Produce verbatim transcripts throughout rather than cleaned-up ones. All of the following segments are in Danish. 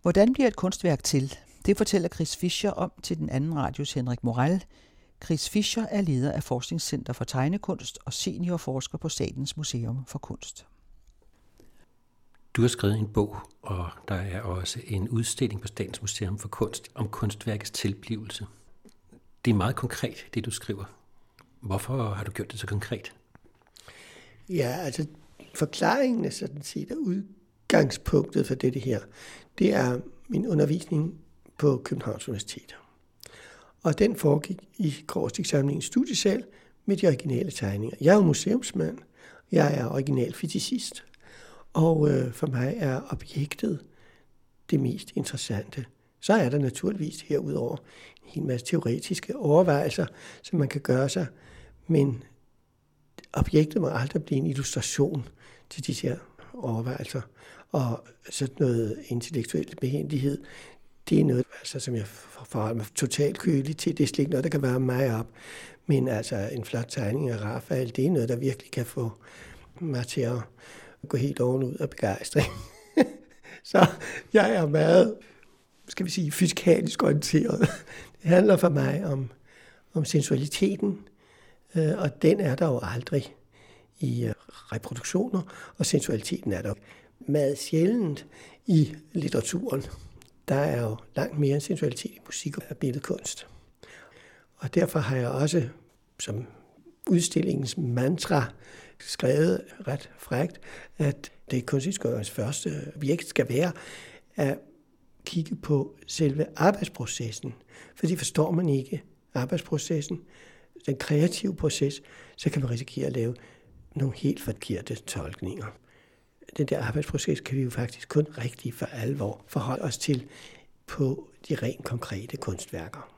Hvordan bliver et kunstværk til? Det fortæller Chris Fischer om til den anden radios Henrik Morell. Chris Fischer er leder af Forskningscenter for Tegnekunst og seniorforsker på Statens Museum for Kunst. Du har skrevet en bog, og der er også en udstilling på Statens Museum for Kunst om kunstværkets tilblivelse. Det er meget konkret, det du skriver. Hvorfor har du gjort det så konkret? Ja, altså forklaringen er sådan set, at udgangspunktet for dette her, det er min undervisning på Københavns Universitet. Og den foregik i Gråstiksamlingens studiesal med de originale tegninger. Jeg er jo museumsmand, jeg er original fysikist, og øh, for mig er objektet det mest interessante. Så er der naturligvis herudover en hel masse teoretiske overvejelser, som man kan gøre sig, men objektet må aldrig blive en illustration til disse her overvejelser. Og sådan noget intellektuel behændighed, det er noget, altså, som jeg forholder mig totalt køligt til. Det er slet ikke noget, der kan varme mig op. Men altså en flot tegning af Rafael, det er noget, der virkelig kan få mig til at gå helt ovenud af begejstring. Så jeg er meget, skal vi sige, fysikalisk orienteret. Det handler for mig om, om sensualiteten, og den er der jo aldrig i reproduktioner, og sensualiteten er der meget sjældent i litteraturen. Der er jo langt mere sensualitet i musik og billedkunst. Og derfor har jeg også som udstillingens mantra skrevet ret frækt, at det kunsthistoriens første objekt skal være at kigge på selve arbejdsprocessen. Fordi forstår man ikke arbejdsprocessen, den kreative proces, så kan man risikere at lave nogle helt forkerte tolkninger. Den der arbejdsproces kan vi jo faktisk kun rigtig for alvor forholde os til på de rent konkrete kunstværker.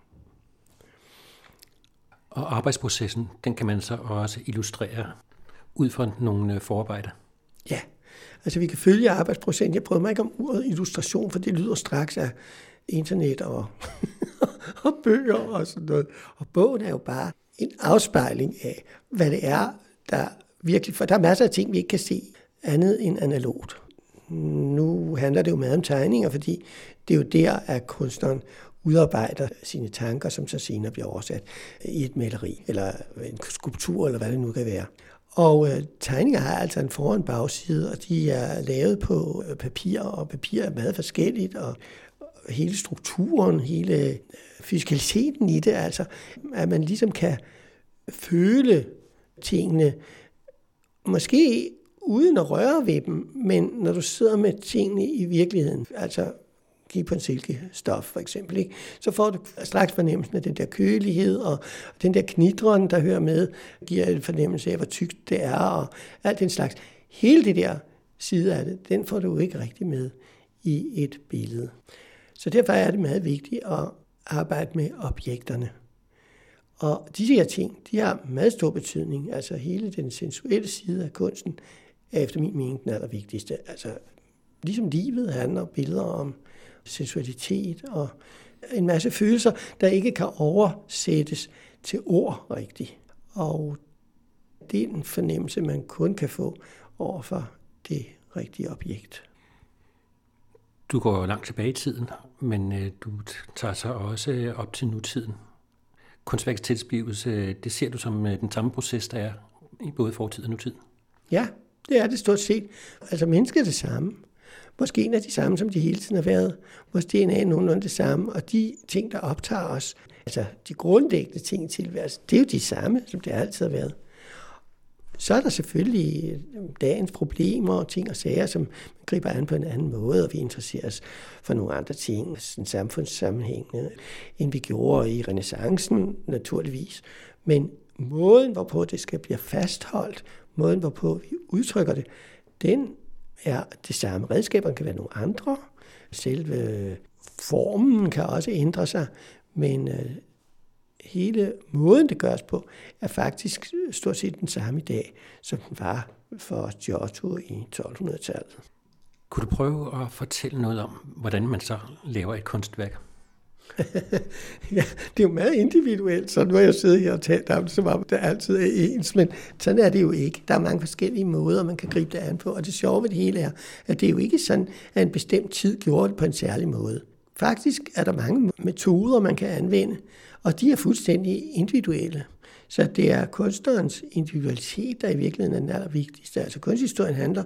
Og arbejdsprocessen, den kan man så også illustrere ud fra nogle forarbejder? Ja, altså vi kan følge arbejdsprocessen. Jeg prøver mig ikke om ordet illustration, for det lyder straks af internet og, og bøger og sådan noget. Og bogen er jo bare en afspejling af, hvad det er, der virkelig... For der er masser af ting, vi ikke kan se andet end analogt. Nu handler det jo meget om tegninger, fordi det er jo der, at kunstneren udarbejder sine tanker, som så senere bliver oversat i et maleri, eller en skulptur, eller hvad det nu kan være. Og øh, tegninger har altså en for- og en bagside, og de er lavet på papir, og papir er meget forskelligt, og hele strukturen, hele fysikaliteten i det, altså at man ligesom kan føle tingene, måske uden at røre ved dem, men når du sidder med tingene i virkeligheden, altså kigge på en silkestof for eksempel, ikke? Så får du straks fornemmelsen af den der kølighed, og den der knitren, der hører med, giver en fornemmelse af, hvor tykt det er, og alt den slags. Hele det der side af det, den får du ikke rigtig med i et billede. Så derfor er det meget vigtigt at arbejde med objekterne. Og disse her ting, de har meget stor betydning. Altså hele den sensuelle side af kunsten er efter min mening den allervigtigste. Altså ligesom livet handler billeder om sensualitet og en masse følelser, der ikke kan oversættes til ord rigtigt. Og det er en fornemmelse, man kun kan få over for det rigtige objekt. Du går jo langt tilbage i tiden, men øh, du tager så også op til nutiden. Kunstværkets tilblivelse, det ser du som øh, den samme proces, der er i både fortid og nutid? Ja, det er det stort set. Altså mennesket er det samme. Måske en af de samme, som de hele tiden har været. Vores D N A er nogenlunde det samme. Og de ting, der optager os, altså de grundlæggende ting i tilværelsen, det er jo de samme, som det altid har været. Så er der selvfølgelig dagens problemer og ting og sager, som man griber an på en anden måde, og vi interesserer os for nogle andre ting, sådan samfundssammenhængende, end vi gjorde i renæssancen, naturligvis. Men måden, hvorpå det skal blive fastholdt, måden, hvorpå vi udtrykker det, den er det samme. Redskaberne kan være nogle andre. Selve formen kan også ændre sig, men øh, hele måden, det gøres på, er faktisk stort set den samme i dag, som den var for Giotto i tolv hundrede-tallet. Kunne du prøve at fortælle noget om, hvordan man så laver et kunstværk? Ja, det er jo meget individuelt, så nu har jeg siddet her og talt om det, som om det altid er ens, men sådan er det jo ikke. Der er mange forskellige måder, man kan gribe det an på, og det sjove ved det hele er, at det er jo ikke sådan, at en bestemt tid gjorde det på en særlig måde. Faktisk er der mange metoder, man kan anvende, og de er fuldstændig individuelle. Så det er kunstnerens individualitet, der i virkeligheden er den allervigtigste. Altså kunsthistorien handler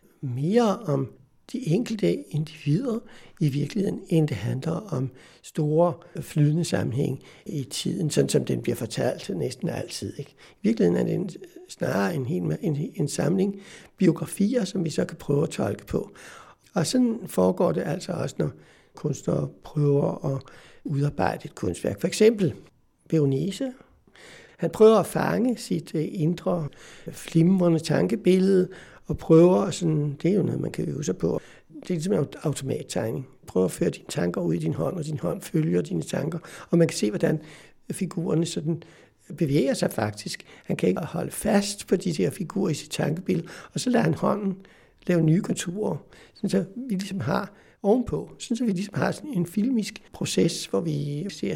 mere om de enkelte individer i virkeligheden, end det handler om store flydende sammenhæng i tiden, sådan som den bliver fortalt næsten altid. Ikke? I virkeligheden er det en, snarere en, en, en, en samling biografier, som vi så kan prøve at tolke på. Og sådan foregår det altså også, når kunstnere prøver at udarbejde et kunstværk. For eksempel Veronese. Han prøver at fange sit indre flimrende tankebillede, og prøver sådan, det er jo noget, man kan øve sig på. Det er ligesom en automattegning. Prøv at føre dine tanker ud i din hånd, og din hånd følger dine tanker. Og man kan se, hvordan figurerne sådan bevæger sig faktisk. Han kan ikke holde fast på de der figurer i sit tankebillede, og så lader han hånden lave nye konturer, sådan så vi ligesom har ovenpå. Sådan så vi ligesom har sådan en filmisk proces, hvor vi ser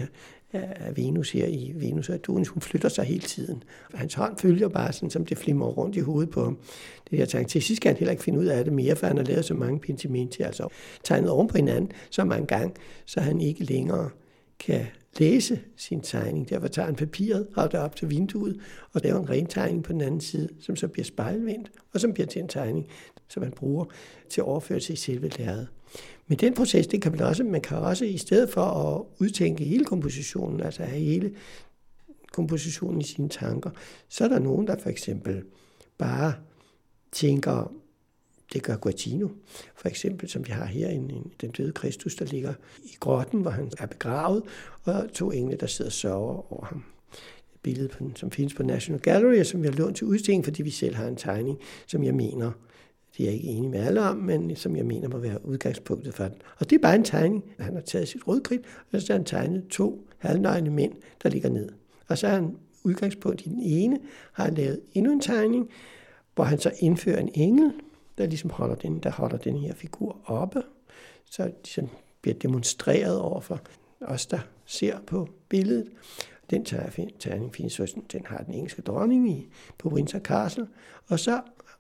af Venus her i Venus og Adonis, hun flytter sig hele tiden. Hans hånd følger bare sådan, som det flimrer rundt i hovedet på ham. Det der tanke. Til sidst kan han heller ikke finde ud af det mere, for han har lavet så mange pentimenti, altså tegnet oven på hinanden så mange gange, så han ikke længere kan læse sin tegning. Derfor tager han papiret, holder det op til vinduet og laver en ren tegning på den anden side, som så bliver spejlvendt, og som bliver til en tegning, som man bruger til overførelse i selve lærredet. Men den proces, det kan man også, man kan også i stedet for at udtænke hele kompositionen, altså have hele kompositionen i sine tanker, så er der nogen, der for eksempel bare tænker, det gør Guercino, for eksempel, som vi har her, en, en, den døde Kristus, der ligger i grotten, hvor han er begravet, og to engle, der sidder og sørger over ham. Et billede, på, som findes på National Gallery, og som vi har lånt til udstilling, fordi vi selv har en tegning, som jeg mener, det er jeg ikke enig med alle om, men som jeg mener må være udgangspunktet for den. Og det er bare en tegning. Han har taget sit rødkridt, og så har han tegnet to halvnøgne mænd, der ligger ned. Og så har han udgangspunkt i den ene, har han lavet endnu en tegning, hvor han så indfører en engel, der ligesom holder den, der holder den her figur oppe. Så de bliver demonstreret over for os, der ser på billedet. Den tegning findes også, den har den engelske dronning i, på Windsor Castle. Og så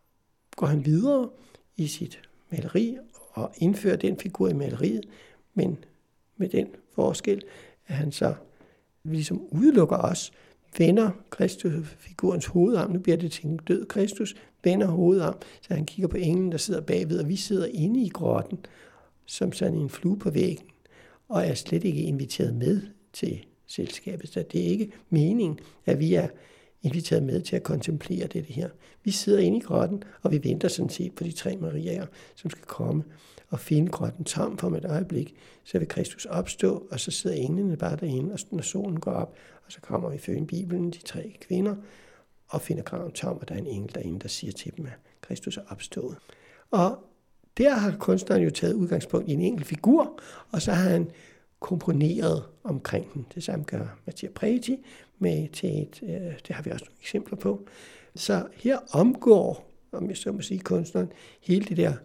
går han videre i sit maleri og indfører den figur i maleriet, men med den forskel, at han så ligesom udelukker os, vender Kristusfigurens hovedarm, nu bliver det til en død Kristus, vender hovedarm, så han kigger på englen, der sidder bagved, og vi sidder inde i grotten, som sådan en flue på væggen, og er slet ikke inviteret med til selskabet. Så det er ikke meningen, at vi er inviteret med til at kontemplere det her. Vi sidder inde i grotten, og vi venter sådan set på de tre Mariaer, som skal komme og finde grotten tom for et øjeblik. Så vil Kristus opstå, og så sidder englene bare derinde, og når solen går op, og så kommer ifølge Bibelen de tre kvinder, og finder graven tom, og der er en engel derinde, der siger til dem, at Kristus er opstået. Og der har kunstneren jo taget udgangspunkt i en enkelt figur, og så har han komponeret omkring den. Det samme gør Mattia Preti med til et, øh, det har vi også nogle eksempler på. Så her omgår, om jeg så må sige, kunstneren hele det der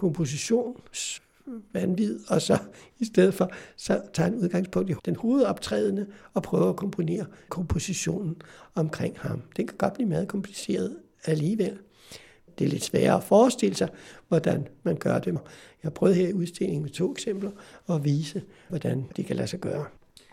kompositionsvanvid, og så i stedet for, så tager han udgangspunkt i den hovedoptrædende og prøver at komponere kompositionen omkring ham. Den kan godt blive meget kompliceret alligevel. Det er lidt sværere at forestille sig, hvordan man gør det. Jeg har prøvet her i udstillingen med to eksempler at vise, hvordan det kan lade sig gøre.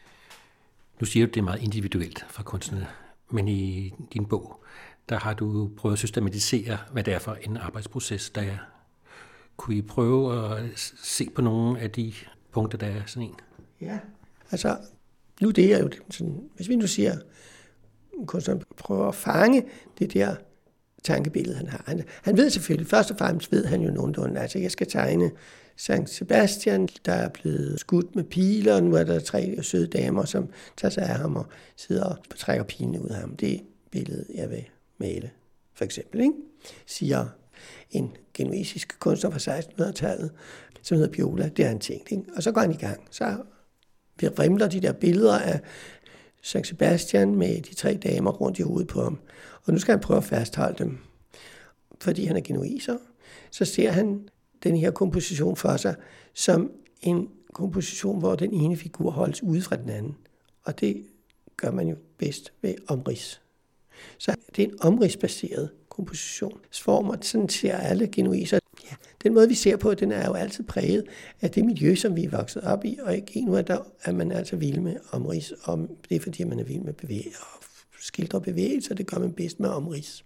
Nu siger du, at det er meget individuelt fra kunstnerne, men i din bog, der har du prøvet at systematisere, hvad det er for en arbejdsproces, der er. Kunne I prøve at se på nogle af de punkter, der er sådan en? Ja, altså nu det er jo sådan, hvis vi nu siger, at kunstneren prøver at fange det der tankebillede, han har. Han, han ved selvfølgelig, først og fremmest ved han jo nogenlunde, altså jeg skal tegne Sankt Sebastian, der er blevet skudt med piler, og nu er der tre søde damer, som tager sig af ham og sidder og trækker pilene ud af ham. Det billede, jeg vil male, for eksempel, ikke? Siger en genuesisk kunstner fra sekstenhundredetallet, som hedder Biola, det har han tænkt, ikke? Og så går han i gang. Så vrimler de der billeder af Sankt Sebastian med de tre damer rundt i hovedet på ham. Og nu skal han prøve at fastholde dem, fordi han er genuiser. Så ser han den her komposition for sig som en komposition, hvor den ene figur holdes ude fra den anden. Og det gør man jo bedst ved omrids. Så det er en omridsbaseret kompositionsform, og sådan ser alle genueser. Ja, den måde, vi ser på, den er jo altid præget af det miljø, som vi er vokset op i, og ikke nu er, der, er man altså vild med omrids, og det er fordi, man er vild med bevægelser og skildre bevægelser, det gør man bedst med omrids.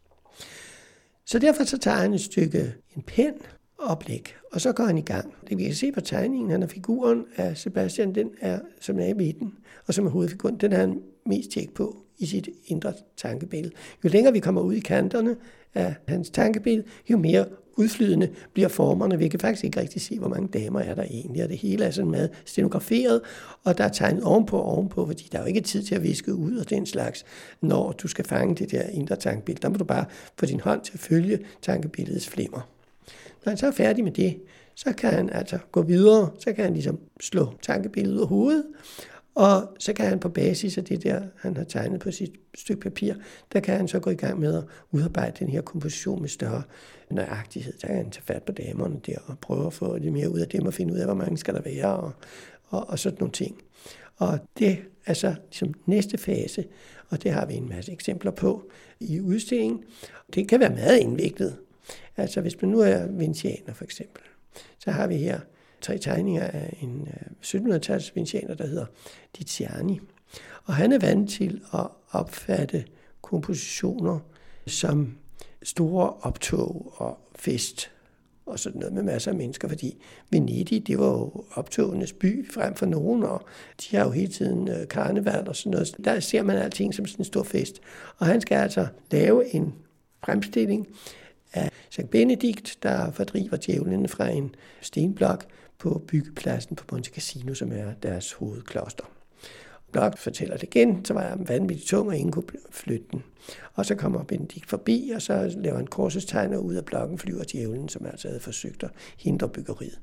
Så derfor så tager han et stykke, en pen og blæk, og så går han i gang. Det vi kan se på tegningen, han er figuren af Sebastian, den er, som er i midten, og som er hovedfiguren, den har han mest tjek på i sit indre tankebillede. Jo længere vi kommer ud i kanterne af hans tankebillede, jo mere udflydende bliver formerne. Vi kan faktisk ikke rigtig se, hvor mange damer er der egentlig, og det hele er sådan meget stenograferet, og der er tegnet ovenpå og ovenpå, fordi der er jo ikke tid til at viske ud og den slags, når du skal fange det der indre tankebillede. Der må du bare få din hånd til at følge tankebilledets flimmer. Når han så er færdig med det, så kan han altså gå videre, så kan han ligesom slå tankebilledet ud af hovedet, og så kan han på basis af det der, han har tegnet på sit stykke papir, der kan han så gå i gang med at udarbejde den her komposition med større nøjagtighed. Der kan han tage fat på damerne der og prøve at få lidt mere ud af dem og finde ud af, hvor mange skal der være og, og, og sådan nogle ting. Og det er så ligesom næste fase, og det har vi en masse eksempler på i udstillingen. Det kan være meget indviklet. Altså hvis man nu er venezianer for eksempel, så har vi her tre tegninger af en syttenhundredetals venezianer, der hedder Tiziani. Og han er vant til at opfatte kompositioner som store optog og fest og sådan noget med masser af mennesker, fordi Venedig, det var jo optogenes by frem for nogen, og de har jo hele tiden karneval og sådan noget. Der ser man alting som sådan en stor fest. Og han skal altså lave en fremstilling af Sankt Benedikt, der fordriver djævlen fra en stenblok på byggepladsen på Monte Cassino, som er deres hovedkloster. Blok fortæller det igen, så var den vanvittigt tung, og ingen kunne flytte den. Og så kommer Benedikt forbi, og så laver han korsestegn, og ud af blokken flyver djævlen, som altså havde forsøgt at hindre byggeriet.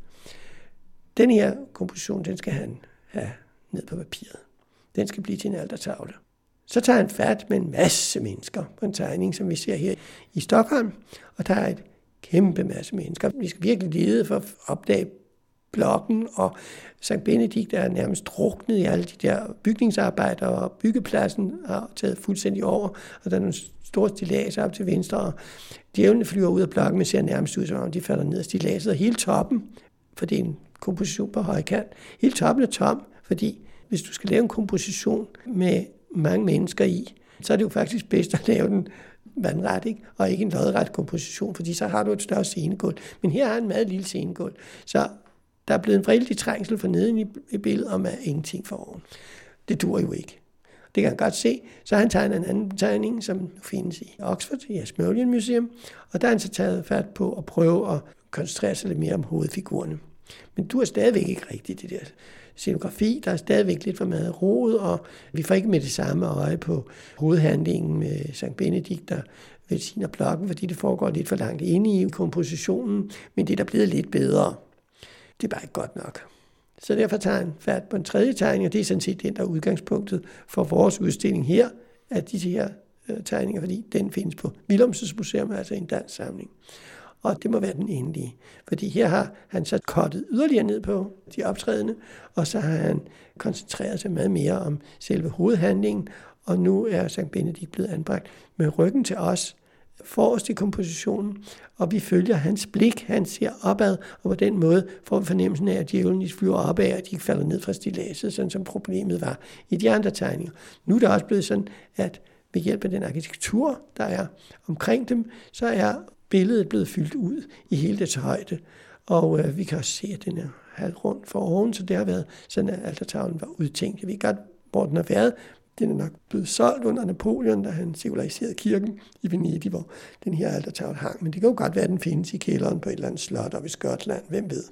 Den her komposition, den skal han have ned på papiret. Den skal blive til en altertavle. Så tager han fat med en masse mennesker på en tegning, som vi ser her i Stockholm, og der er et kæmpe masse mennesker. Vi skal virkelig lede for at opdage blokken, og Sankt Benedikt er nærmest druknet i alle de der bygningsarbejder, og byggepladsen har taget fuldstændig over, og der er nogle store stilladser op til venstre, og djævlene flyver ud af blokken, men ser nærmest ud, som om de falder ned af stilladset, og hele toppen, for det er en komposition på højkant, hele toppen er tom, fordi hvis du skal lave en komposition med mange mennesker i, så er det jo faktisk bedst at lave den vandret, ikke? Og ikke en lodret komposition, fordi så har du et større scenegulv. Men her har en meget lille scenegulv, så der er blevet en vældig trængsel for neden i, i billedet, og med ingenting for oven. Det dur jo ikke. Det kan han godt se. Så har han tegnet en anden tegning, som findes i Oxford, i Ashmolean Museum, og der har han så taget fat på at prøve at koncentrere sig lidt mere om hovedfigurerne. Men du er stadigvæk ikke rigtigt det der scenografi. Der er stadigvæk lidt for meget rod, og vi får ikke med det samme øje på hovedhandlingen med Sankt Benedikt, der velsigner blokken, fordi det foregår lidt for langt inde i kompositionen, men det er der blevet lidt bedre. Det er bare ikke godt nok. Så derfor tager han fat på en tredje tegning, og det er sådan set den, der er udgangspunktet for vores udstilling her, af disse her øh, tegninger, fordi den findes på Willumsens Museum, altså en dansk samling. Og det må være den endelige, fordi her har han så kottet yderligere ned på de optrædende, og så har han koncentreret sig meget mere om selve hovedhandlingen, og nu er Sankt Benedikt blevet anbragt med ryggen til os, forrest i kompositionen, og vi følger hans blik, han ser opad, og på den måde får vi fornemmelsen af, at djævlen flyver opad, og de ikke falder ned fra stilladset, sådan som problemet var i de andre tegninger. Nu er det også blevet sådan, at ved hjælp af den arkitektur, der er omkring dem, så er billedet blevet fyldt ud i hele dets højde, og øh, vi kan også se, at den er halvt rundt for oven, så det har været sådan, at altertavlen var udtænkt. Jeg ved godt, hvor den har været. Den er nok blevet solgt under Napoleon, da han sekulariserede kirken i Venedig, hvor den her altertavle hang. Men det kan jo godt være, at den findes i kælderen på et eller andet slot op i Skotland. Hvem ved?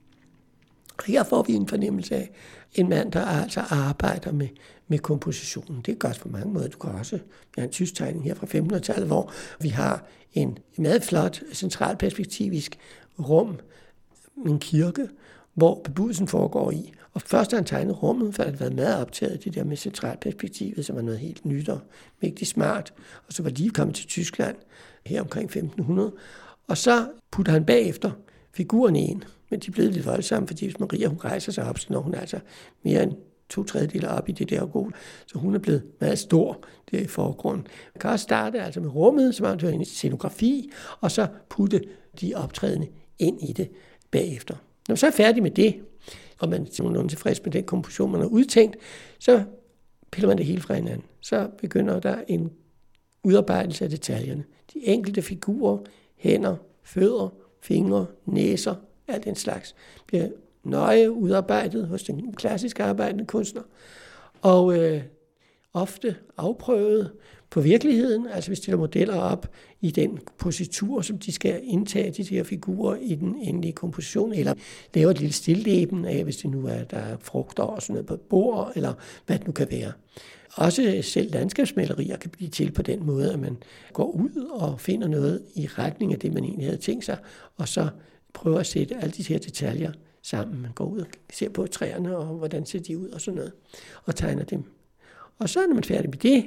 Og her får vi en fornemmelse af en mand, der altså arbejder med, med kompositionen. Det er godt på mange måder. Du kan også, vi har en tysk tegning her fra femtenhundredetallet, hvor vi har en meget flot centralperspektivisk rum, en kirke, hvor bebudelsen foregår i. Og først har han tegnet rummet, for at det havde været meget optaget det der med centralperspektivet, som var noget helt nyt og mægtig smart. Og så var de kommet til Tyskland her omkring femten hundrede. Og så putter han bagefter figurerne ind. Men de er blevet lidt voldsomme, fordi hvis Maria hun rejser sig op, så når hun altså mere end to tredjedele op i det der gode, så hun er blevet meget stor der i forgrunden. Man kan også starte altså med rummet, som er en scenografi, og så putte de optrædende ind i det bagefter. Når man så er færdig med det, og man er nogenlunde tilfreds med den komposition, man har udtænkt, så piller man det hele fra hinanden. Så begynder der en udarbejdelse af detaljerne. De enkelte figurer, hænder, fødder, fingre, næser, alt den slags, bliver nøje udarbejdet hos den klassisk arbejdende kunstner, og øh, ofte afprøvet på virkeligheden. Altså vi stiller modeller op i den positur, som de skal indtage, de her figurer i den endelige komposition, eller laver et lille stilleben af, hvis det nu er, der er frugter og sådan noget på bord, eller hvad det nu kan være. Også selv landskabsmalerier kan blive til på den måde, at man går ud og finder noget i retning af det, man egentlig havde tænkt sig, og så prøver at sætte alle de her detaljer sammen. Man går ud og ser på træerne, og hvordan ser de ud, og sådan noget, og tegner dem. Og så når man er færdig med det,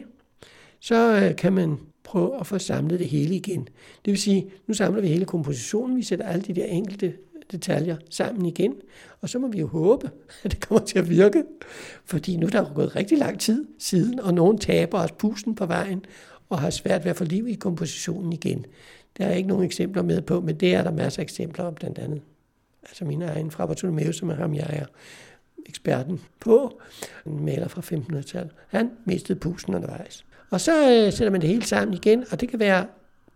så kan man prøve at få samlet det hele igen. Det vil sige, nu samler vi hele kompositionen, vi sætter alle de der enkelte detaljer sammen igen, og så må vi jo håbe, at det kommer til at virke, fordi nu der er gået rigtig lang tid siden, og nogen taber os pusten på vejen, og har svært ved at få liv i kompositionen igen. Der er ikke nogen eksempler med på, men det er der masser af eksempler om, blandt andet. Altså min egen fra Bartolomæus, som er ham, jeg er eksperten på, en maler fra femtenhundredetallet. Han mistede pusten undervejs. Og så øh, sætter man det hele sammen igen, og det kan være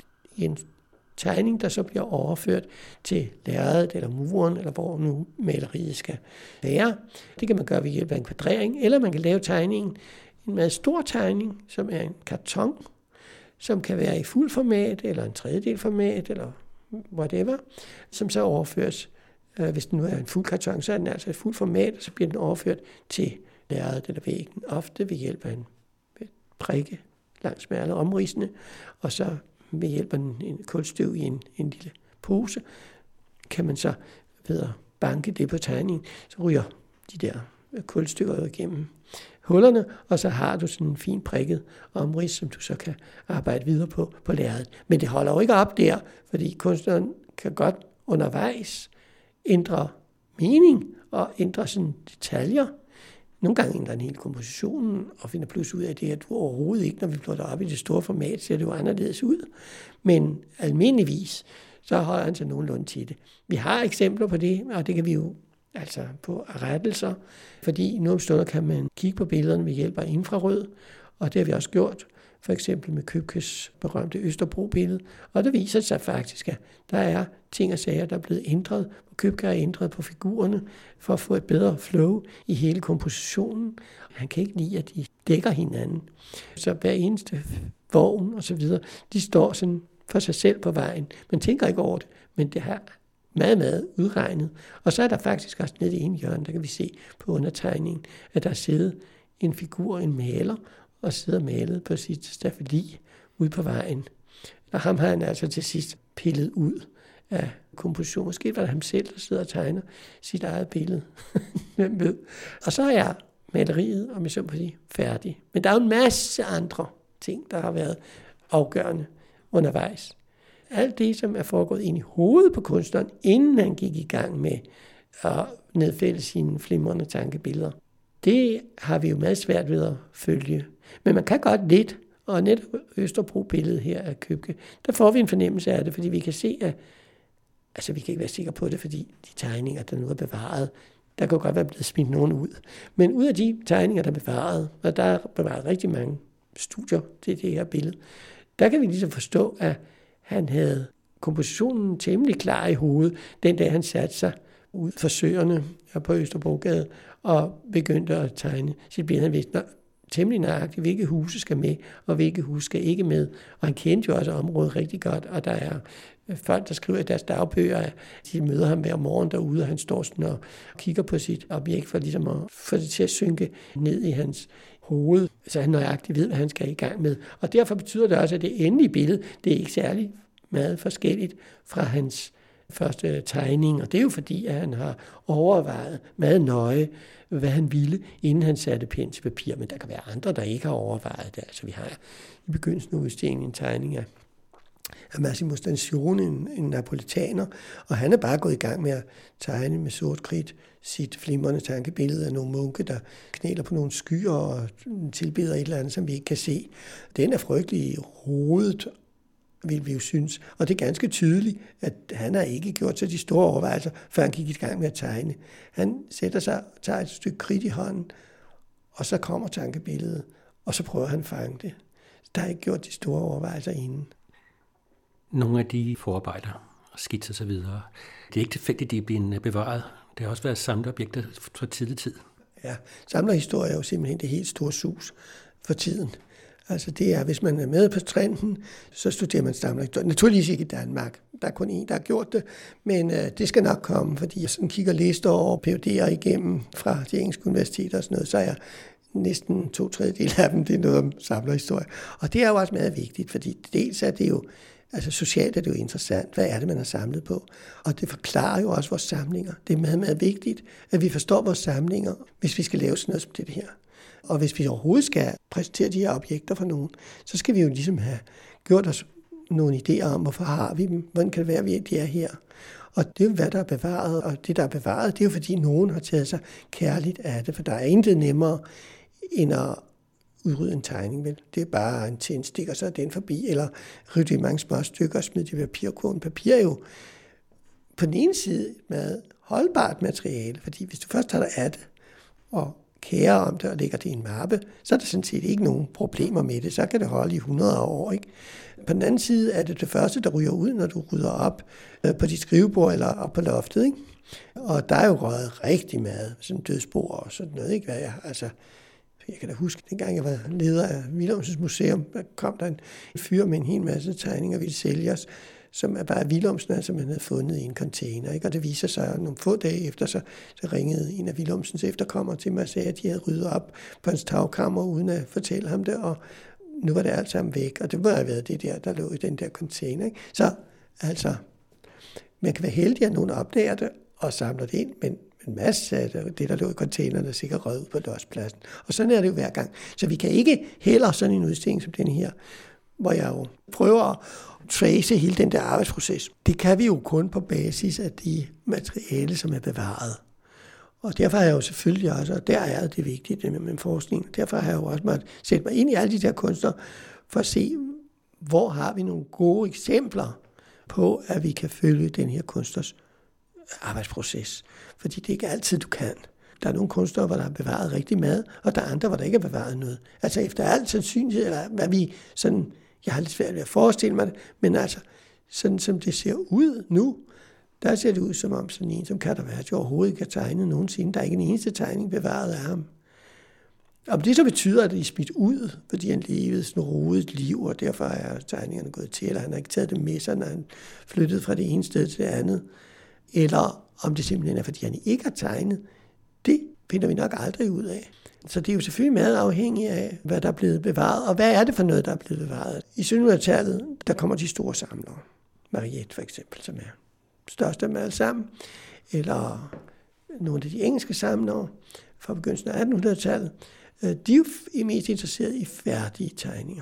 en tegning, der så bliver overført til lærredet eller muren, eller hvor nu maleriet skal være. Det kan man gøre ved hjælp af en kvadrering, eller man kan lave tegningen, en meget stor tegning, som er en karton, som kan være i fuld format, eller en tredjedel format, eller whatever, som så overføres. Hvis den nu er en fuld karton, så er den altså i fuld format, og så bliver den overført til lærredet eller væggen, ofte ved hjælp af en prikke langs med alle omridsene, og så ved hjælp af en, en kulstøv i en, en lille pose, kan man så ved at banke det på tegningen, så ryger de der kulstøver igennem hullerne, og så har du sådan en fin prikket omrids, som du så kan arbejde videre på på lærredet. Men det holder jo ikke op der, fordi kunstneren kan godt undervejs ændre mening og ændre sådan detaljer. Nogle gange ændrer en hel kompositionen og finder pludselig ud af det, at du overhovedet ikke, når vi plotter op i det store format, ser det jo anderledes ud. Men almindeligvis, så holder han sig nogenlunde til det. Vi har eksempler på det, og det kan vi jo altså på rettelser, fordi nu om stunder kan man kigge på billederne ved hjælp af infrarød, og det har vi også gjort, for eksempel med Købkes berømte Østerbro-billede, og det viser sig faktisk, at der er ting og sager, der er blevet ændret, og Købke har ændret på figurerne, for at få et bedre flow i hele kompositionen. Han kan ikke lide, at de dækker hinanden. Så hver eneste vogn og så videre, de står sådan for sig selv på vejen. Man tænker ikke over det, men det har meget, meget udregnet. Og så er der faktisk også nede i en hjørne, der kan vi se på undertegningen, at der er siddet en figur, en maler, og sidder malet på sit stafeli ude på vejen. Og ham har han altså til sidst pillet ud af komposition. Måske var det ham selv, der sidder og tegner sit eget billede. Hvem ved? Og så er maleriet, om jeg så må sige, færdig. Men der er jo en masse andre ting, der har været afgørende undervejs. Alt det, som er foregået ind i hovedet på kunstneren, inden han gik i gang med at nedfælde sine flimrende tankebilleder, det har vi jo meget svært ved at følge. Men man kan godt lidt, og netop Østerbro-billedet her af Købke, der får vi en fornemmelse af det, fordi vi kan se, at altså vi kan ikke være sikre på det, fordi de tegninger, der nu er bevaret, der kan godt være blevet smidt nogen ud. Men ud af de tegninger, der er bevaret, og der er bevaret rigtig mange studier til det her billede, der kan vi ligesom forstå, at han havde kompositionen temmelig klar i hovedet, den dag han satte sig ud for søerne på Østerbrogade og begyndte at tegne sit billede. Han vidste temmelig nøjagtigt, hvilke huse skal med, og hvilke huse skal ikke med. Og han kendte jo også området rigtig godt, og der er folk, der skriver i deres dagbøger, at de møder ham hver morgen derude, og han står sådan og kigger på sit objekt for ligesom at få det til at synke ned i hans hoved, så han nøjagtigt ved, hvad han skal i gang med. Og derfor betyder det også, at det endelige billede, det er ikke særlig meget forskelligt fra hans første tegning, og det er jo fordi, at han har overvejet meget nøje, hvad han ville, inden han satte pen til papir, men der kan være andre, der ikke har overvejet det. Altså vi har i begyndelsen af udstillingen en tegning af af Massimo Stancioni, en, en napolitaner, og han er bare gået i gang med at tegne med sort kridt sit flimrende tankebillede af nogle munke, der knæler på nogle skyer og tilbeder et eller andet, som vi ikke kan se. Den er frygtelig rodet, vil vi jo synes. Og det er ganske tydeligt, at han har ikke gjort sig de store overvejelser, før han gik i gang med at tegne. Han sætter sig og tager et stykke kridt i hånden, og så kommer tankebilledet, og så prøver han at fange det. Der har ikke gjort de store overvejelser inden. Nogle af de forarbejder, skitser og så videre, det er ikke tilfældigt, de er blevet bevaret. Det har også været samleobjekter fra tidlig tid. Ja, samlerhistorie er jo simpelthen det helt store sus for tiden. Altså det er, hvis man er med på trenden, så studerer man samlerhistorie. Naturligvis ikke i Danmark. Der er kun en, der har gjort det, men øh, det skal nok komme, fordi jeg sådan kigger lister over P H D'er igennem fra de engelske universiteter og sådan noget, så er jeg næsten to tredjedel af dem, det er noget om samlerhistorie. Og det er jo også meget vigtigt, fordi dels er det jo, altså socialt er det jo interessant, hvad er det, man har samlet på? Og det forklarer jo også vores samlinger. Det er meget, meget vigtigt, at vi forstår vores samlinger, hvis vi skal lave sådan noget som det her. Og hvis vi overhovedet skal præsentere de her objekter for nogen, så skal vi jo ligesom have gjort os nogle idéer om, hvorfor har vi dem, hvordan kan det være, at de er her. Og det er jo, hvad der er bevaret, og det, der er bevaret, det er jo, fordi nogen har taget sig kærligt af det, for der er intet nemmere end at udrydde en tegning, vel? Det er bare en tændstik, og så er den forbi, eller rive det i mange små stykker og smide det i papirkurven. Papir er jo på den ene side med holdbart materiale, fordi hvis du først tager dig af det, og kære om det og lægger det i en mappe, så er der sådan set ikke nogen problemer med det. Så kan det holde i hundrede år, ikke? På den anden side er det det første, der ryger ud, når du rydder op på dit skrivebord eller op på loftet, ikke? Og der er jo røget rigtig meget, sådan dødsbord og sådan noget, ikke? Hvad jeg, altså, jeg kan da huske, dengang jeg var leder af Willumsens Museum, der kom der en fyr med en hel masse tegninger, ville sælges, som er bare Willumsen, som man havde fundet i en container. Ikke? Og det viser sig, at nogle få dage efter, så, så ringede en af Willumsens efterkommere til mig og sagde, at de havde ryddet op på hans tagkammer, uden at fortælle ham det, og nu var det alt sammen væk. Og det må have været det der, der lå i den der container. Ikke? Så altså, man kan være heldig, at nogen opdager det og samler det ind, men en masse af det, der lå i containeren, er sikkert røget ud på lospladsen. Og sådan er det jo hver gang. Så vi kan ikke heller sådan en udstilling som den her, hvor jeg jo prøver at trace hele den der arbejdsproces. Det kan vi jo kun på basis af de materiale, som er bevaret. Og derfor har jeg jo selvfølgelig også, og der er det vigtigt det med min forskning, derfor har jeg jo også måttet sætte mig ind i alle de der kunstnere, for at se, hvor har vi nogle gode eksempler på, at vi kan følge den her kunstners arbejdsproces. Fordi det er ikke altid, du kan. Der er nogle kunstnere, hvor der er bevaret rigtig meget, og der er andre, hvor der ikke er bevaret noget. Altså efter alt sandsynlighed, eller hvad vi sådan, jeg har lidt svært ved at forestille mig det, men altså, sådan som det ser ud nu, der ser det ud som om sådan en, som Caravaggio overhovedet ikke har tegnet nogensinde. Der er ikke en eneste tegning bevaret af ham. Og det så betyder, at de er smidt ud, fordi han levede sådan rodet liv, og derfor er tegningerne gået til, eller han har ikke taget det med sig, når han flyttede fra det ene sted til det andet. Eller om det simpelthen er, fordi han ikke har tegnet, det finder vi nok aldrig ud af. Så det er jo selvfølgelig meget afhængigt af, hvad der er blevet bevaret, og hvad er det for noget, der er blevet bevaret. I syttenhundredetallet, der kommer de store samlere. Mariette for eksempel, som er største af dem alle sammen. Eller nogle af de engelske samlere fra begyndelsen af attenhundredetallet. De er jo mest interesseret i færdige tegninger.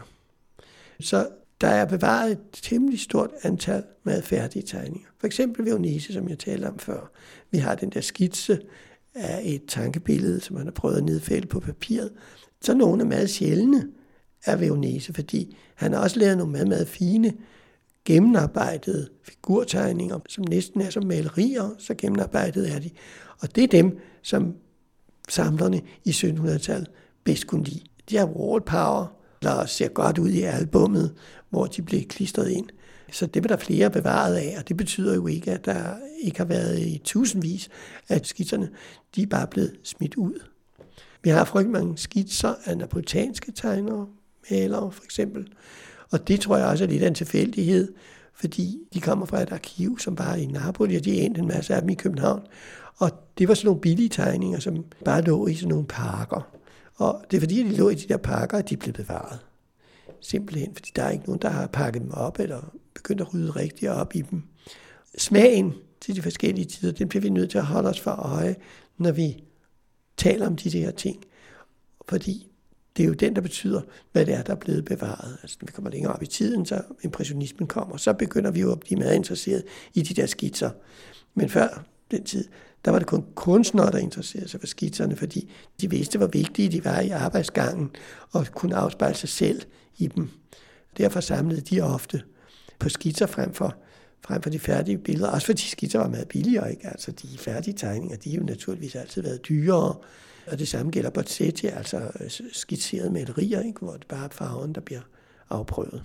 Så der er bevaret et temmelig stort antal med færdige tegninger. For eksempel Veronese, som jeg talte om før. Vi har den der skitse af et tankebillede, som man har prøvet at nedfælde på papiret. Så nogle er meget sjældne af Veronese, fordi han har også lavet nogle meget, meget fine, gennemarbejdede figurtegninger, som næsten er som malerier, så gennemarbejdet er de. Og det er dem, som samlerne i syttenhundredetallet bedst kunne lide. De har wallpower, der ser godt ud i albummet, hvor de blev klistret ind. Så det var der flere bevaret af, og det betyder jo ikke, at der ikke har været i tusindvis af skitserne. De er bare blevet smidt ud. Vi har frygtelig mange skitser af napolitanske tegnere, malere for eksempel. Og det tror jeg også er lidt af en tilfældighed, fordi de kommer fra et arkiv, som var i Napoli, og de endte en masse af dem i København. Og det var sådan nogle billige tegninger, som bare lå i sådan nogle parker. Og det er fordi, de lå i de der parker, at de blev bevaret. Simpelthen, fordi der er ikke nogen, der har pakket dem op, eller begyndt at rydde rigtigt op i dem. Smagen til de forskellige tider, den bliver vi nødt til at holde os for øje, når vi taler om de her ting. Fordi det er jo den, der betyder, hvad det er, der er blevet bevaret. Altså, når vi kommer længere op i tiden, så impressionismen kommer, så begynder vi jo at blive meget interesseret i de der skitser. Men før den tid, der var det kun kunstnere, der interesserede sig for skitserne, fordi de vidste, hvor vigtige de var i arbejdsgangen, og kunne afspejle sig selv i dem. Derfor samlede de ofte på skitser frem for, frem for de færdige billeder, også fordi skitser var meget billigere, ikke? Altså de færdige tegninger, de har jo naturligvis altid været dyrere, og det samme gælder bozzetti, altså skitserede malerier, ikke? Hvor det bare er farven, der bliver afprøvet.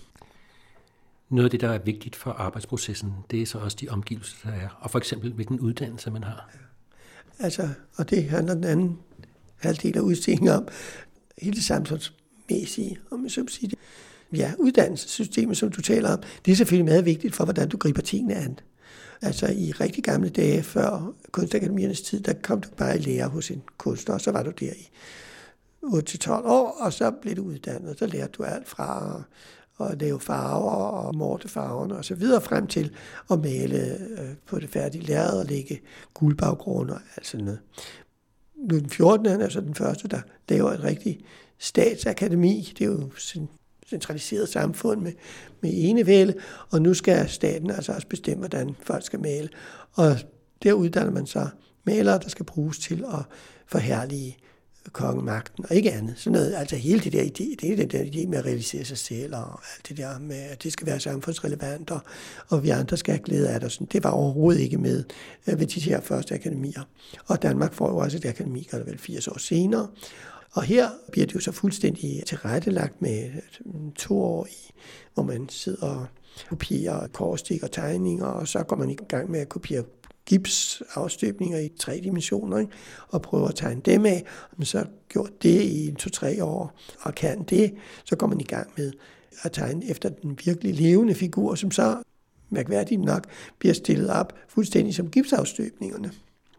Noget af det, der er vigtigt for arbejdsprocessen, det er så også de omgivelser, der er, og for eksempel hvilken uddannelse man har. Altså, og det handler den anden halvdel af udstillingen om, hele det samfundsmæssige, om jeg så må sige det. Ja, uddannelsessystemet, som du taler om, det er selvfølgelig meget vigtigt for, hvordan du griber tingene an. Altså i rigtig gamle dage, før kunstakademiernes tid, der kom du bare i lære hos en kunstner, og så var du der i otte til tolv år, og så blev du uddannet. Så lærte du alt fra at lave farver og morte farverne og så videre frem til at male på det færdige lærred og lægge guldbaggrunde og alt sådan noget. Nu den fjortende han er så den første, der laver et rigtigt statsakademi. Det er jo sådan centraliseret samfund med, med enevælde, og nu skal staten altså også bestemme, hvordan folk skal male. Og der uddanner man så malere, der skal bruges til at forherlige kongemagten, og ikke andet. Sådan noget, altså hele det der idé, det er den der idé med at realisere sig selv, og alt det der med, at det skal være samfundsrelevant, og, og vi andre skal have glæde af det. Sådan. Det var overhovedet ikke med ved de her første akademier. Og Danmark får jo også et akademi, gør det vel firs år senere. Og her bliver det jo så fuldstændig tilrettelagt med to år i, hvor man sidder og kopierer korstik og tegninger, og så går man i gang med at kopiere gipsafstøbninger i tre dimensioner, ikke? Og prøver at tegne dem af. Og man så gjort det i to-tre år, og kan det, så går man i gang med at tegne efter den virkelig levende figur, som så, mærkværdigt nok, bliver stillet op fuldstændig som gipsafstøbningerne.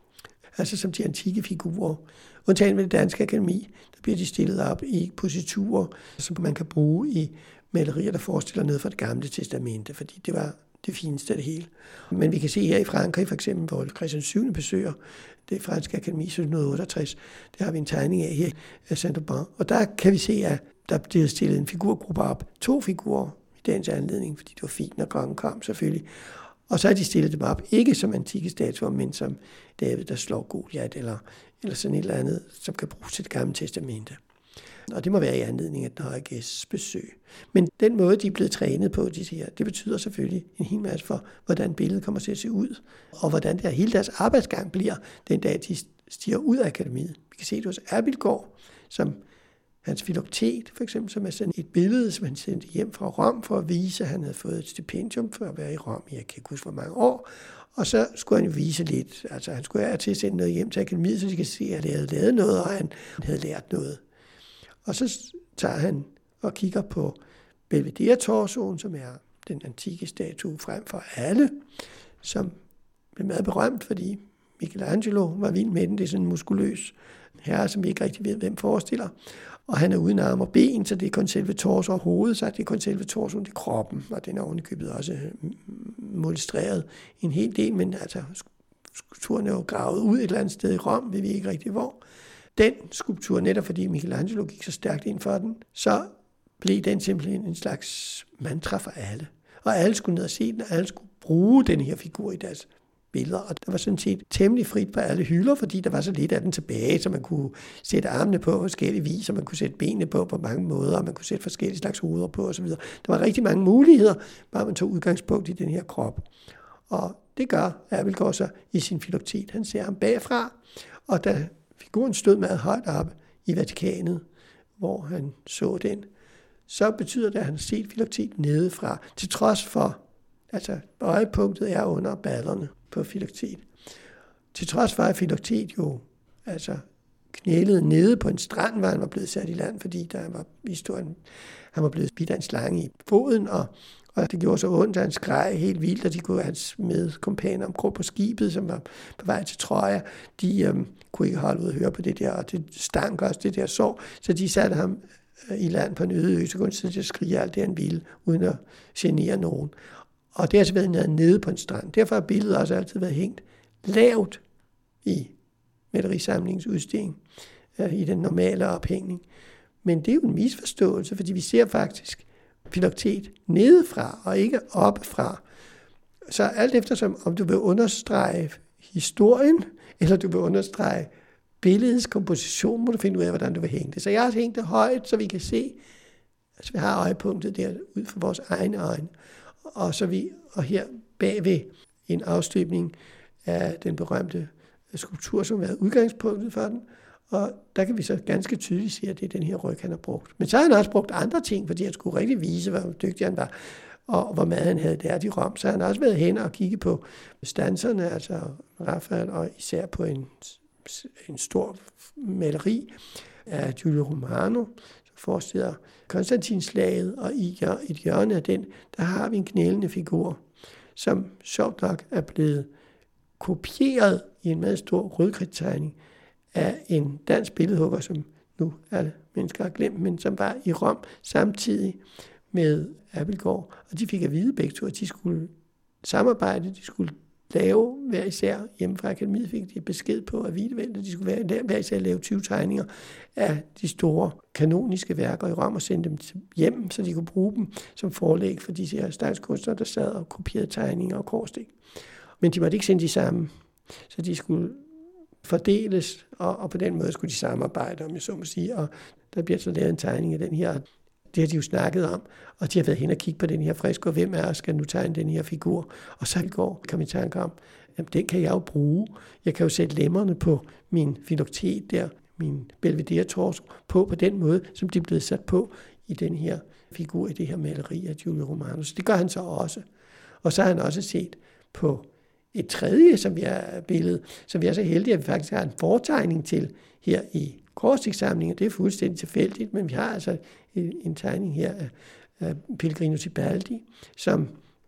Altså som de antikke figurer. Undtagen ved det danske akademi, der bliver de stillet op i positurer, som man kan bruge i malerier, der forestiller noget fra det gamle testamente, fordi det var det fineste af det hele. Men vi kan se her i Frankrig, for eksempel, hvor Christian syvende besøger det franske akademi sytten otteogtres, der har vi en tegning af her af Saint-Aubin. Og der kan vi se, at der bliver stillet en figurgruppe op. To figurer i dagens anledning, fordi det var fint, når kongen kom selvfølgelig. Og så har de stillet dem op, ikke som antikke statuer, men som David, der slår Goliat, eller, eller sådan et eller andet, som kan bruges til det gamle testamente. Og det må være i anledning af den høje gæsts besøg. Men den måde, de er blevet trænet på, de siger, det betyder selvfølgelig en hel masse for, hvordan billedet kommer til at se ud, og hvordan der hele deres arbejdsgang bliver, den dag, de stiger ud af akademiet. Vi kan se det hos Abildgaard, som hans Filoktet, for eksempel, som er sådan et billede, som han sendte hjem fra Rom for at vise, at han havde fået et stipendium for at være i Rom i, jeg kan ikke huske, hvor mange år. Og så skulle han jo vise lidt, altså han skulle have til at sende noget hjem til akademiet, så de kan se, at han havde lavet noget, og han havde lært noget. Og så tager han og kigger på Belvedere-torsoen, som er den antikke statue frem for alle, som blev meget berømt, fordi Michelangelo var vild med den. Det er sådan en muskuløs herre, som vi ikke rigtig ved, hvem forestiller. Og han er uden arm og ben, så det er kun selve torso og hovedet, så det er kun selve torsoen, det er kroppen, og den er ovenikøbet også molestreret en hel del, men altså skulpturen er jo gravet ud et eller andet sted i Rom, ved vi ikke rigtig hvor. Den skulptur, netop fordi Michelangelo gik så stærkt ind for den, så blev den simpelthen en slags mantra for alle. Og alle skulle ned og se den, og alle skulle bruge den her figur i deres billeder. Og der var sådan set temmelig frit på alle hylder, fordi der var så lidt af den tilbage, så man kunne sætte armene på forskellige vis, og man kunne sætte benene på på mange måder, og man kunne sætte forskellige slags hoveder på osv. Der var rigtig mange muligheder, bare man tog udgangspunkt i den her krop. Og det gør Abildgaard så i sin Filoktet. Han ser ham bagfra, og da figuren stod meget højt op i Vatikanet, hvor han så den, så betyder det, at han har set Filoktet nedefra, til trods for, altså øjepunktet er under ballerne på Filoktet. Til trods for, at Filoktet jo altså knælede nede på en strand, hvor han var blevet sat i land, fordi der var historien, han var blevet bidt af en slange i foden, og, og det gjorde så ondt, at han skreg helt vildt, og de kunne hans medkompaner omkring på skibet, som var på vej til Troja, de øhm, kunne ikke holde ud at høre på det der, og det stank også det der sår, så de satte ham i land på en øde ø, så kunne han sidde og skrige alt det, han ville, uden at genere nogen. Og det har altså været nede på en strand. Derfor har billedet også altid været hængt lavt i malerisamlingens udstilling, i den normale ophængning. Men det er jo en misforståelse, fordi vi ser faktisk Filoktet nedefra og ikke oppefra. Så alt eftersom, om du vil understrege historien, eller du vil understrege billedets komposition, må du finde ud af, hvordan du vil hænge det. Så jeg har hængt det højt, så vi kan se, altså vi har øjepunktet der ud for vores egne øjne. Og, så vi, og her bagved en afstøbning af den berømte skulptur, som har været udgangspunktet for den. Og der kan vi så ganske tydeligt se, at det er den her ryg, han har brugt. Men så har han også brugt andre ting, fordi han skulle rigtig vise, hvor dygtig han var, og hvor meget han havde lært i Rom. Så har han også været hen og kigge på stanserne, altså Raphael, og især på en, en stor maleri af Giulio Romano, som forestiller Konstantinslaget, og i et hjørne af den, der har vi en knælende figur, som sjovt nok er blevet kopieret i en meget stor rødkridttegning af en dansk billedhugger, som nu alle mennesker har glemt, men som var i Rom samtidig med Abildgaard. Og de fik at vide begge to, at de skulle samarbejde, de skulle lave hver især hjemme fra akademiet, fik de besked på at Wiedewelt, at de skulle hver, hver især lave tyve tegninger af de store kanoniske værker i Rom og sende dem hjem, så de kunne bruge dem som forlæg for de her stejlskunstnere, der sad og kopierede tegninger og korsting. Men de måtte ikke sende de samme, så de skulle fordeles, og, og på den måde skulle de samarbejde, om jeg så må sige, og der bliver så lavet en tegning af den her. Det har de jo snakket om, og de har været hen og kigge på den her fresko, og hvem af os skal nu tegne den her figur? Og så i går kom jeg i tanke om, jamen den kan jeg jo bruge. Jeg kan jo sætte lemmerne på min Filoktet der, min Belvedere-torso, på på den måde, som de er blevet sat på i den her figur, i det her maleri af Giulio Romano. Så det gør han så også. Og så har han også set på et tredje, som vi er billede, som vi er så heldige, at vi faktisk har en fortegning til her i korsstikssamlingen. Det er fuldstændig tilfældigt, men vi har altså en, en tegning her af, af Pellegrino Tibaldi, som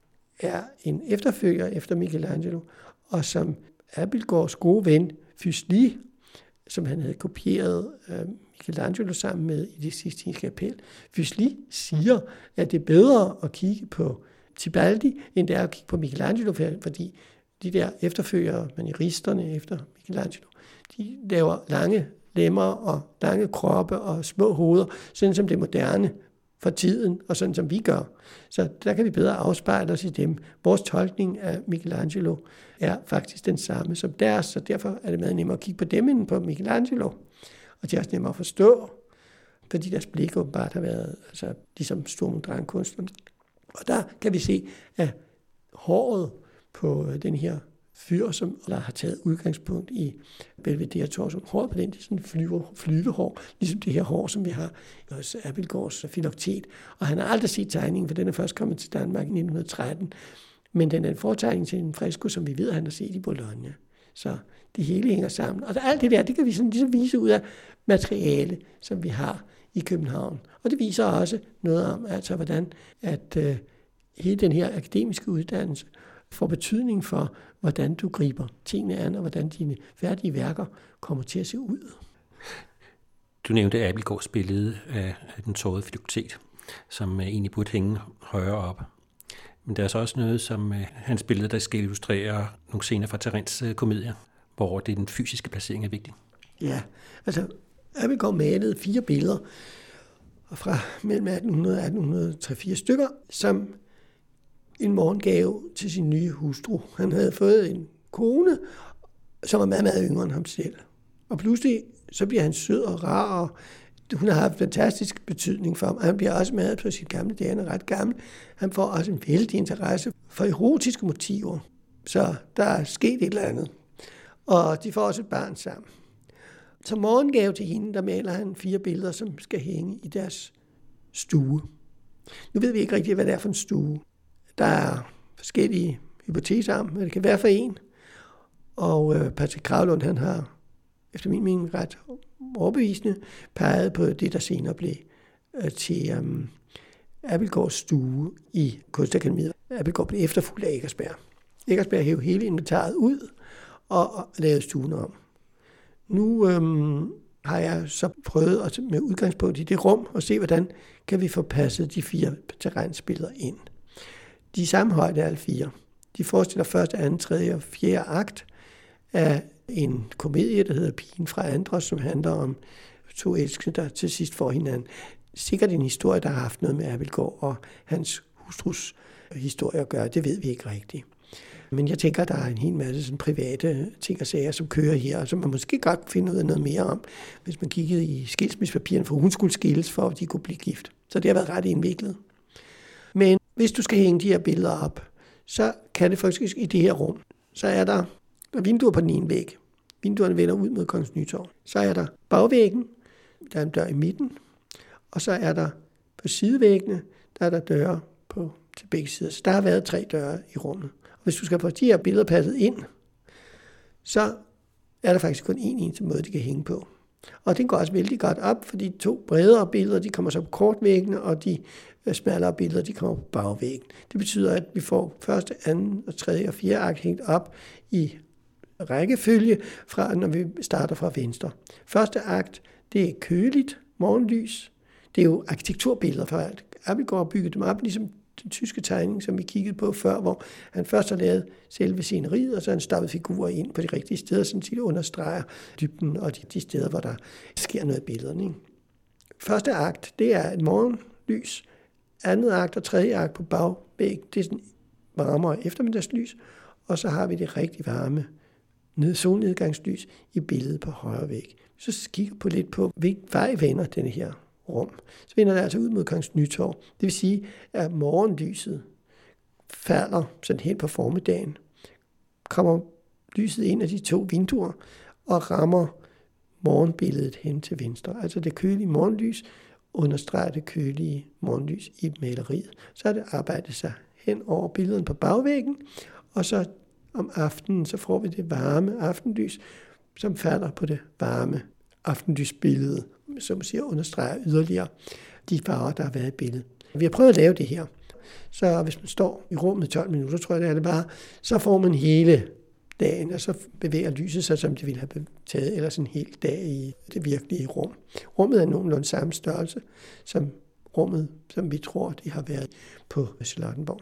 er en efterfølger efter Michelangelo, og som Abildgaards gode ven, Fuseli, som han havde kopieret uh, Michelangelo sammen med i det Sistinske Kapel. Fuseli siger, at det er bedre at kigge på Tibaldi, end det er at kigge på Michelangelo, fordi de der efterfølgere, manieristerne efter Michelangelo, de laver lange lemmer og lange kroppe og små hoveder, sådan som det moderne for tiden, og sådan som vi gør. Så der kan vi bedre afspejle os i dem. Vores tolkning af Michelangelo er faktisk den samme som deres, så derfor er det meget nemmere at kigge på dem end på Michelangelo. Og det er også nemmere at forstå, fordi deres blik åbenbart har været altså, ligesom stormoderne-kunstnerne. Og der kan vi se, at håret på den her fyr, som der har taget udgangspunkt i Belvedere-torso. Håret på den, det er sådan en flyve, flyvehår, ligesom det her hår, som vi har hos Abildgaards Filoktet. Og han har aldrig set tegningen, for den er først kommet til Danmark i nitten tretten. Men den er en fortegning til en fresko, som vi ved, han har set i Bologna. Så det hele hænger sammen. Og alt det der, det kan vi sådan ligesom vise ud af materiale, som vi har i København. Og det viser også noget om, altså hvordan at øh, hele den her akademiske uddannelse får betydning for, hvordan du griber tingene an, og hvordan dine færdige værker kommer til at se ud. Du nævnte Abildgaards billede af den tårede Filoktet, som egentlig burde hænge højere op. Men der er så også noget, som hans billede, der skal illustrere nogle scener fra Terenz komedier, hvor det er den fysiske placering er vigtig. Ja, altså Abildgaard malede fire billeder fra mellem atten hundrede og atten tre fire stykker, som en morgengave til sin nye hustru. Han havde fået en kone, som var meget, meget yngre end ham selv. Og pludselig så bliver han sød og rar, og hun har haft fantastisk betydning for ham. Han bliver også meget på sit gamle dage, han er ret gammel. Han får også en vældig interesse for erotiske motiver. Så der er sket et eller andet. Og de får også et barn sammen. Som morgengave til hende, der maler han fire billeder, som skal hænge i deres stue. Nu ved vi ikke rigtig, hvad det er for en stue. Der er forskellige hypoteser om, hvad det kan være for en. Og øh, Patrick Kravlund, han har efter min mening ret overbevisende peget på det, der senere blev øh, til øh, Abildgaards stue i Kunstakademiet. Abildgaard blev efterfulgt af Eckersberg. Eckersberg hævde hele inventaret ud og, og lavede stuen om. Nu øh, har jeg så prøvet at, med udgangspunkt i det rum at se, hvordan kan vi få passet de fire terrænsbilleder ind. De er samme højde alle fire. De forestiller første, anden, tredje og fjerde akt af en komedie, der hedder Pigen fra Andros, som handler om to elskende, der til sidst får hinanden. Sikkert en historie, der har haft noget med Abildgaard og hans hustrus historie at gøre. Det ved vi ikke rigtigt. Men jeg tænker, der er en hel masse sådan private ting og sager, som kører her, og som man måske godt finde ud af noget mere om, hvis man kiggede i skilsmissepapirerne, for hun skulle skilles, for at de kunne blive gift. Så det har været ret indviklet. Men hvis du skal hænge de her billeder op, så kan det faktisk i det her rum. Så er der, der er vinduer på den ene væg. Vinduerne vender ud mod Kongens Nytorv. Så er der bagvæggen, der er en dør i midten, og så er der på sidevæggene, der er der døre på, til begge sider. Så der har været tre døre i rummet. Og hvis du skal få de her billeder passet ind, så er der faktisk kun en eneste måde, de kan hænge på. Og den går også vældig godt op, for de to bredere billeder, de kommer så på kortvæggene, og de smallere billeder, de kommer på bagvæggen. Det betyder, at vi får første, anden og tredje og fjerde akt hængt op i rækkefølge, fra, når vi starter fra venstre. Første akt, det er køligt, morgenlys. Det er jo arkitekturbilleder fra alt. Abildgaard byggede dem op, ligesom den tyske tegning, som vi kiggede på før, hvor han først har lavet selve sceneriet, og så har han stoppet figurer ind på de rigtige steder, så det understreger dybden og de, de steder, hvor der sker noget i billederne. Ikke? Første akt, det er et morgenlys. Andet akt og tredje akt på bagvæg, det er sådan varmere eftermiddagslys, og så har vi det rigtig varme solnedgangslys i billedet på højre væg. Så kigger på lidt på, hvilken vej vender denne her rum. Så vender det altså ud mod Kongens Nytorv. Det vil sige, at morgenlyset falder sådan helt på formiddagen, kommer lyset ind af de to vinduer og rammer morgenbilledet hen til venstre. Altså det kølige morgenlys understreger det kølige morgenlys i maleriet. Så er det arbejdet sig hen over billederne på bagvæggen, og så om aftenen, så får vi det varme aftenlys, som falder på det varme aftenlysbillede, som siger understreger yderligere de farver, der har været i billedet. Vi har prøvet at lave det her. Så hvis man står i rummet tolv minutter, tror jeg det er det bare, så får man hele dagen, og så bevæger lyset sig, som det ville have taget ellers en hel dag i det virkelige rum. Rummet er nogenlunde samme størrelse som rummet, som vi tror, det har været på Charlottenborg.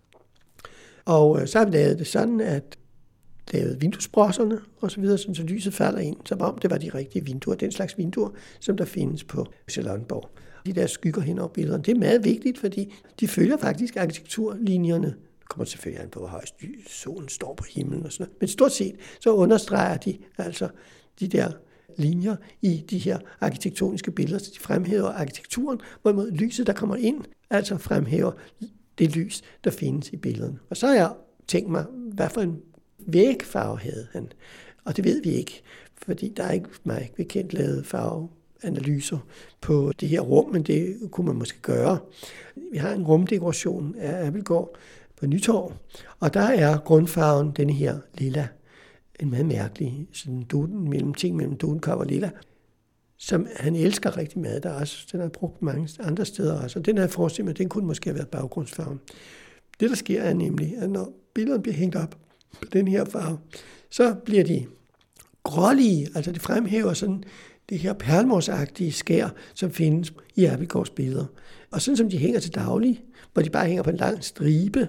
Og så har vi lavet det sådan, at lavet vinduesbrosserne og så videre, så lyset falder ind, som om det var de rigtige vinduer, den slags vinduer, som der findes på Charlottenborg. De der skygger hen over billederne, det er meget vigtigt, fordi de følger faktisk arkitekturlinjerne. Det kommer selvfølgelig an på, hvor højst solen står på himlen og sådan noget. Men stort set, så understreger de altså de der linjer i de her arkitektoniske billeder, så de fremhæver arkitekturen, hvorimod lyset, der kommer ind, altså fremhæver det lys, der findes i billederne. Og så har jeg tænkt mig, hvad for en vægfarve havde han. Og det ved vi ikke, fordi der er ikke mig bekendt lavet farveanalyser på det her rum, men det kunne man måske gøre. Vi har en rumdekoration af Abildgaard på Nytorv, og der er grundfarven denne her lilla. En meget mærkelig sådan duden mellem ting mellem dudenkop og lilla, som han elsker rigtig meget. Der er også, den har brugt mange andre steder også, og den her forestilling, den kunne måske have været baggrundsfarven. Det, der sker, er nemlig, at når billederne bliver hængt op på den her farve, så bliver de grålige, altså det fremhæver sådan det her perlmorsagtige skær, som findes i Abildgaards billeder. Og sådan som de hænger til daglig, hvor de bare hænger på en lang stribe,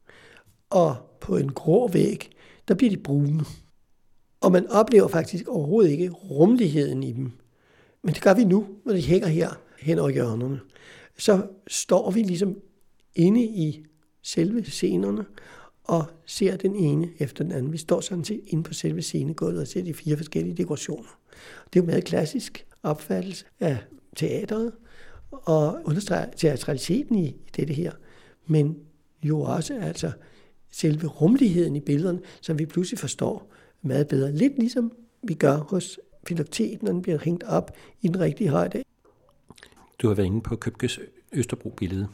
og på en grå væg, der bliver de brune. Og man oplever faktisk overhovedet ikke rumligheden i dem. Men det gør vi nu, når de hænger her hen over hjørnerne. Så står vi ligesom inde i selve scenerne, og ser den ene efter den anden. Vi står sådan set inde på selve scenegulvet og ser de fire forskellige dekorationer. Det er jo meget klassisk opfattelse af teateret, og understreger teatraliteten i, i dette her, men jo også altså selve rumligheden i billederne, som vi pludselig forstår meget bedre. Lidt ligesom vi gør hos Filokteten, når den bliver hængt op i den rigtige højde. Du har været inde på Købkes Østerbro-billede,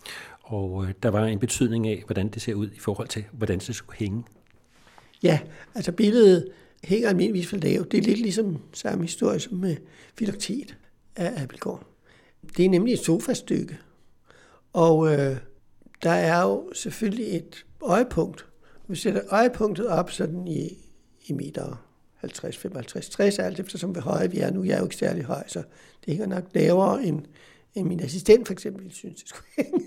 og der var en betydning af, hvordan det ser ud i forhold til, hvordan det skulle hænge. Ja, altså billedet hænger almindeligvis for lavt. Det er lidt ligesom samme historie som med Filoktet af Abildgaard. Det er nemlig et sofastykke, og øh, der er jo selvfølgelig et øjepunkt. Vi sætter øjepunktet op sådan i, i meter halvtreds, femoghalvtreds, tres, alt eftersom hvor høje vi er nu. Jeg er jo ikke særlig høj, så det hænger nok lavere end, end min assistent for eksempel synes, det skulle hænge.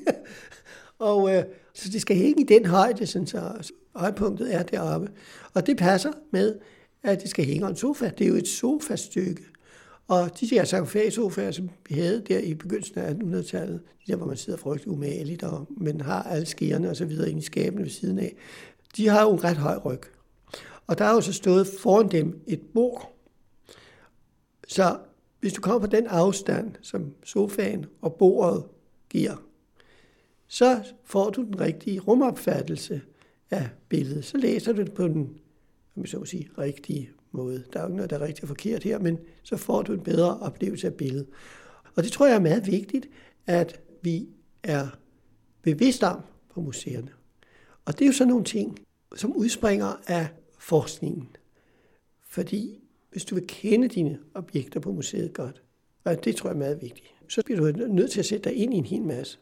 Og øh, så det skal hænge i den højde, sådan så øjepunktet er deroppe. Og det passer med, at det skal hænge en sofa. Det er jo et sofastykke. Og de der sarkofagsofaer, som vi havde der i begyndelsen af attenhundredetallet, der hvor man sidder frygtelig umageligt, og man har alle skærene og så videre inde i skabene ved siden af, de har jo en ret høj ryg. Og der er jo så stået foran dem et bord. Så hvis du kommer på den afstand, som sofaen og bordet giver, så får du den rigtige rumopfattelse af billedet. Så læser du det på den, om jeg så må sige, rigtige måde. Der er jo ikke noget, der er rigtig og forkert her, men så får du en bedre oplevelse af billedet. Og det tror jeg er meget vigtigt, at vi er bevidste om på museerne. Og det er jo sådan nogle ting, som udspringer af forskningen. Fordi hvis du vil kende dine objekter på museet godt, og det tror jeg er meget vigtigt, så bliver du nødt til at sætte dig ind i en hel masse.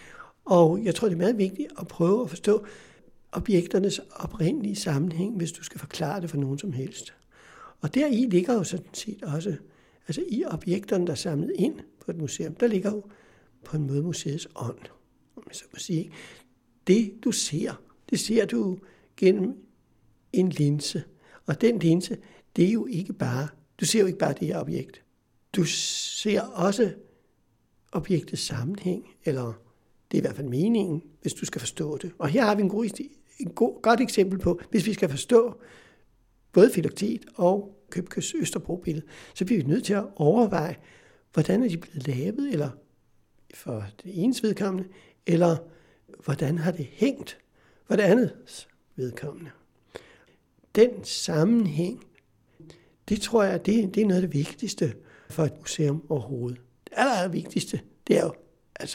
Og jeg tror, det er meget vigtigt at prøve at forstå objekternes oprindelige sammenhæng, hvis du skal forklare det for nogen som helst. Og deri ligger jo sådan set også, altså i objekterne, der er samlet ind på et museum, der ligger jo på en måde museets ånd. Om jeg så må sige. Det du ser, det ser du gennem en linse. Og den linse, det er jo ikke bare, du ser jo ikke bare det her objekt. Du ser også objektets sammenhæng, eller det er i hvert fald meningen, hvis du skal forstå det. Og her har vi en god, en god, godt eksempel på, hvis vi skal forstå både Filoktet og Købkes Østerbro-billede, så bliver vi nødt til at overveje, hvordan er de blevet lavet, eller for det ene vedkommende, eller hvordan har det hængt for det andet vedkommende. Den sammenhæng, det tror jeg, det, det er noget af det vigtigste for et museum overhovedet. Det aller, aller vigtigste, det er jo altså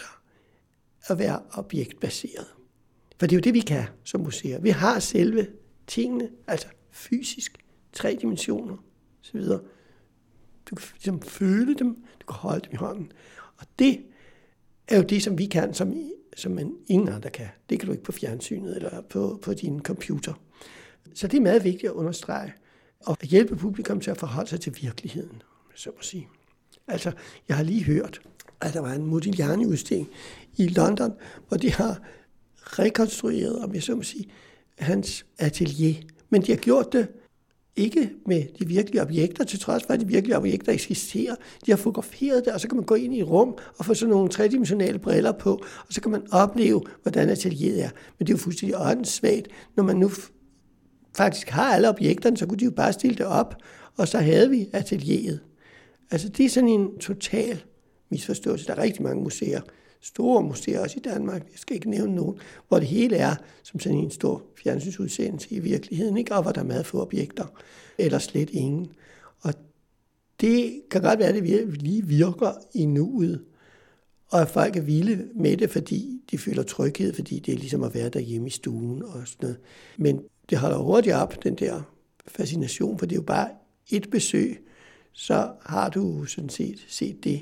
at være objektbaseret. For det er jo det, vi kan som museer. Vi har selve tingene, altså fysisk, tre dimensioner osv. Du kan ligesom føle dem, du kan holde dem i hånden. Og det er jo det, som vi kan, som, som man ingen andre kan. Det kan du ikke på fjernsynet eller på, på din computer. Så det er meget vigtigt at understrege og hjælpe publikum til at forholde sig til virkeligheden, så må sige. Altså, jeg har lige hørt, at der var en Modigliani-udstilling i London, hvor de har rekonstrueret, om jeg så må sige, hans atelier. Men de har gjort det ikke med de virkelige objekter, til trods for, at de virkelige objekter eksisterer. De har fotograferet det, og så kan man gå ind i et rum og få sådan nogle tredimensionale briller på, og så kan man opleve, hvordan atelieret er. Men det er jo fuldstændig åndssvagt. Når man nu faktisk har alle objekterne, så kunne de jo bare stille det op, og så havde vi atelieret. Altså det er sådan en total misforståelse. Der er rigtig mange museer, store museer også i Danmark, jeg skal ikke nævne nogen, hvor det hele er som sådan en stor fjernsynsudsendelse i virkeligheden, ikke? Og hvor der er meget få objekter, eller slet ingen. Og det kan godt være, at det lige virker i nuet, og at folk er vilde med det, fordi de føler tryghed, fordi det er ligesom at være derhjemme i stuen og sådan noget. Men det holder hurtigt op, den der fascination, for det er jo bare et besøg, så har du sådan set set det.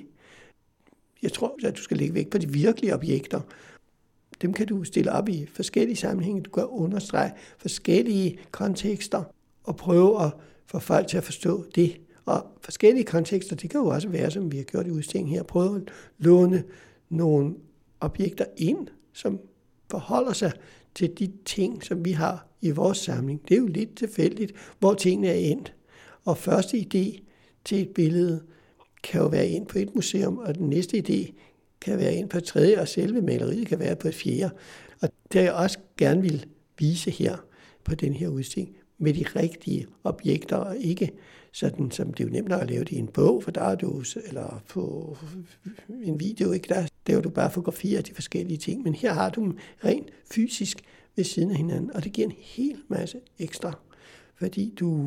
Jeg tror, at du skal lægge væk på de virkelige objekter. Dem kan du stille op i forskellige sammenhænge. Du kan understrege forskellige kontekster og prøve at få folk til at forstå det. Og forskellige kontekster, det kan jo også være, som vi har gjort i udstillingen her, prøve at låne nogle objekter ind, som forholder sig til de ting, som vi har i vores samling. Det er jo lidt tilfældigt, hvor tingene er endt. Og første idé til et billede kan jo være ind på et museum, og den næste idé kan være ind på et tredje, og selve maleriet kan være på et fjerde. Og det har jeg også gerne vil vise her på den her udstilling, med de rigtige objekter, og ikke sådan, som det er jo nemmere at lave det i en bog, for der er du, eller på en video, ikke? Der laver du bare fotografier af de forskellige ting, men her har du dem rent fysisk ved siden af hinanden, og det giver en hel masse ekstra, fordi du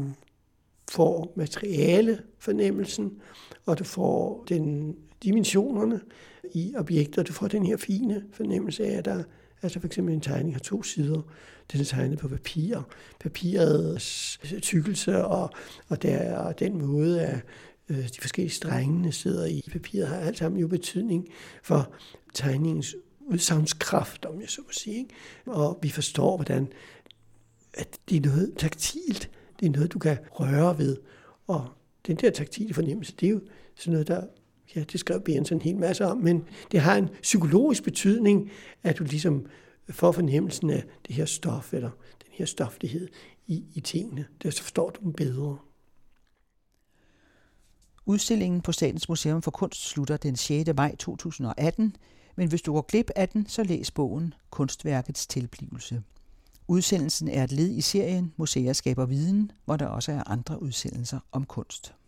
får materialefornemmelsen, og du får den dimensionerne i objekter, du får den her fine fornemmelse af, at der altså for eksempel en tegning har to sider. Den er tegnet på papir. Papirets tykkelse og, og der og den måde, at øh, de forskellige strengene sidder i papiret, har alt sammen jo betydning for tegningens udsagnskraft, om jeg så må sige. Ikke? Og vi forstår, hvordan at det er noget taktilt. Det er noget, du kan røre ved. Og den der taktile fornemmelse, det er jo sådan noget, der, ja, det skrev Berentzen en hel masse om, men det har en psykologisk betydning, at du ligesom får fornemmelsen af det her stof, eller den her stoflighed i, i tingene. Der så forstår du dem bedre. Udstillingen på Statens Museum for Kunst slutter den sjette maj to tusind og atten, men hvis du går glip af den, så læs bogen Kunstværkets tilblivelse. Udsendelsen er et led i serien Museer skaber viden, hvor der også er andre udsendelser om kunst.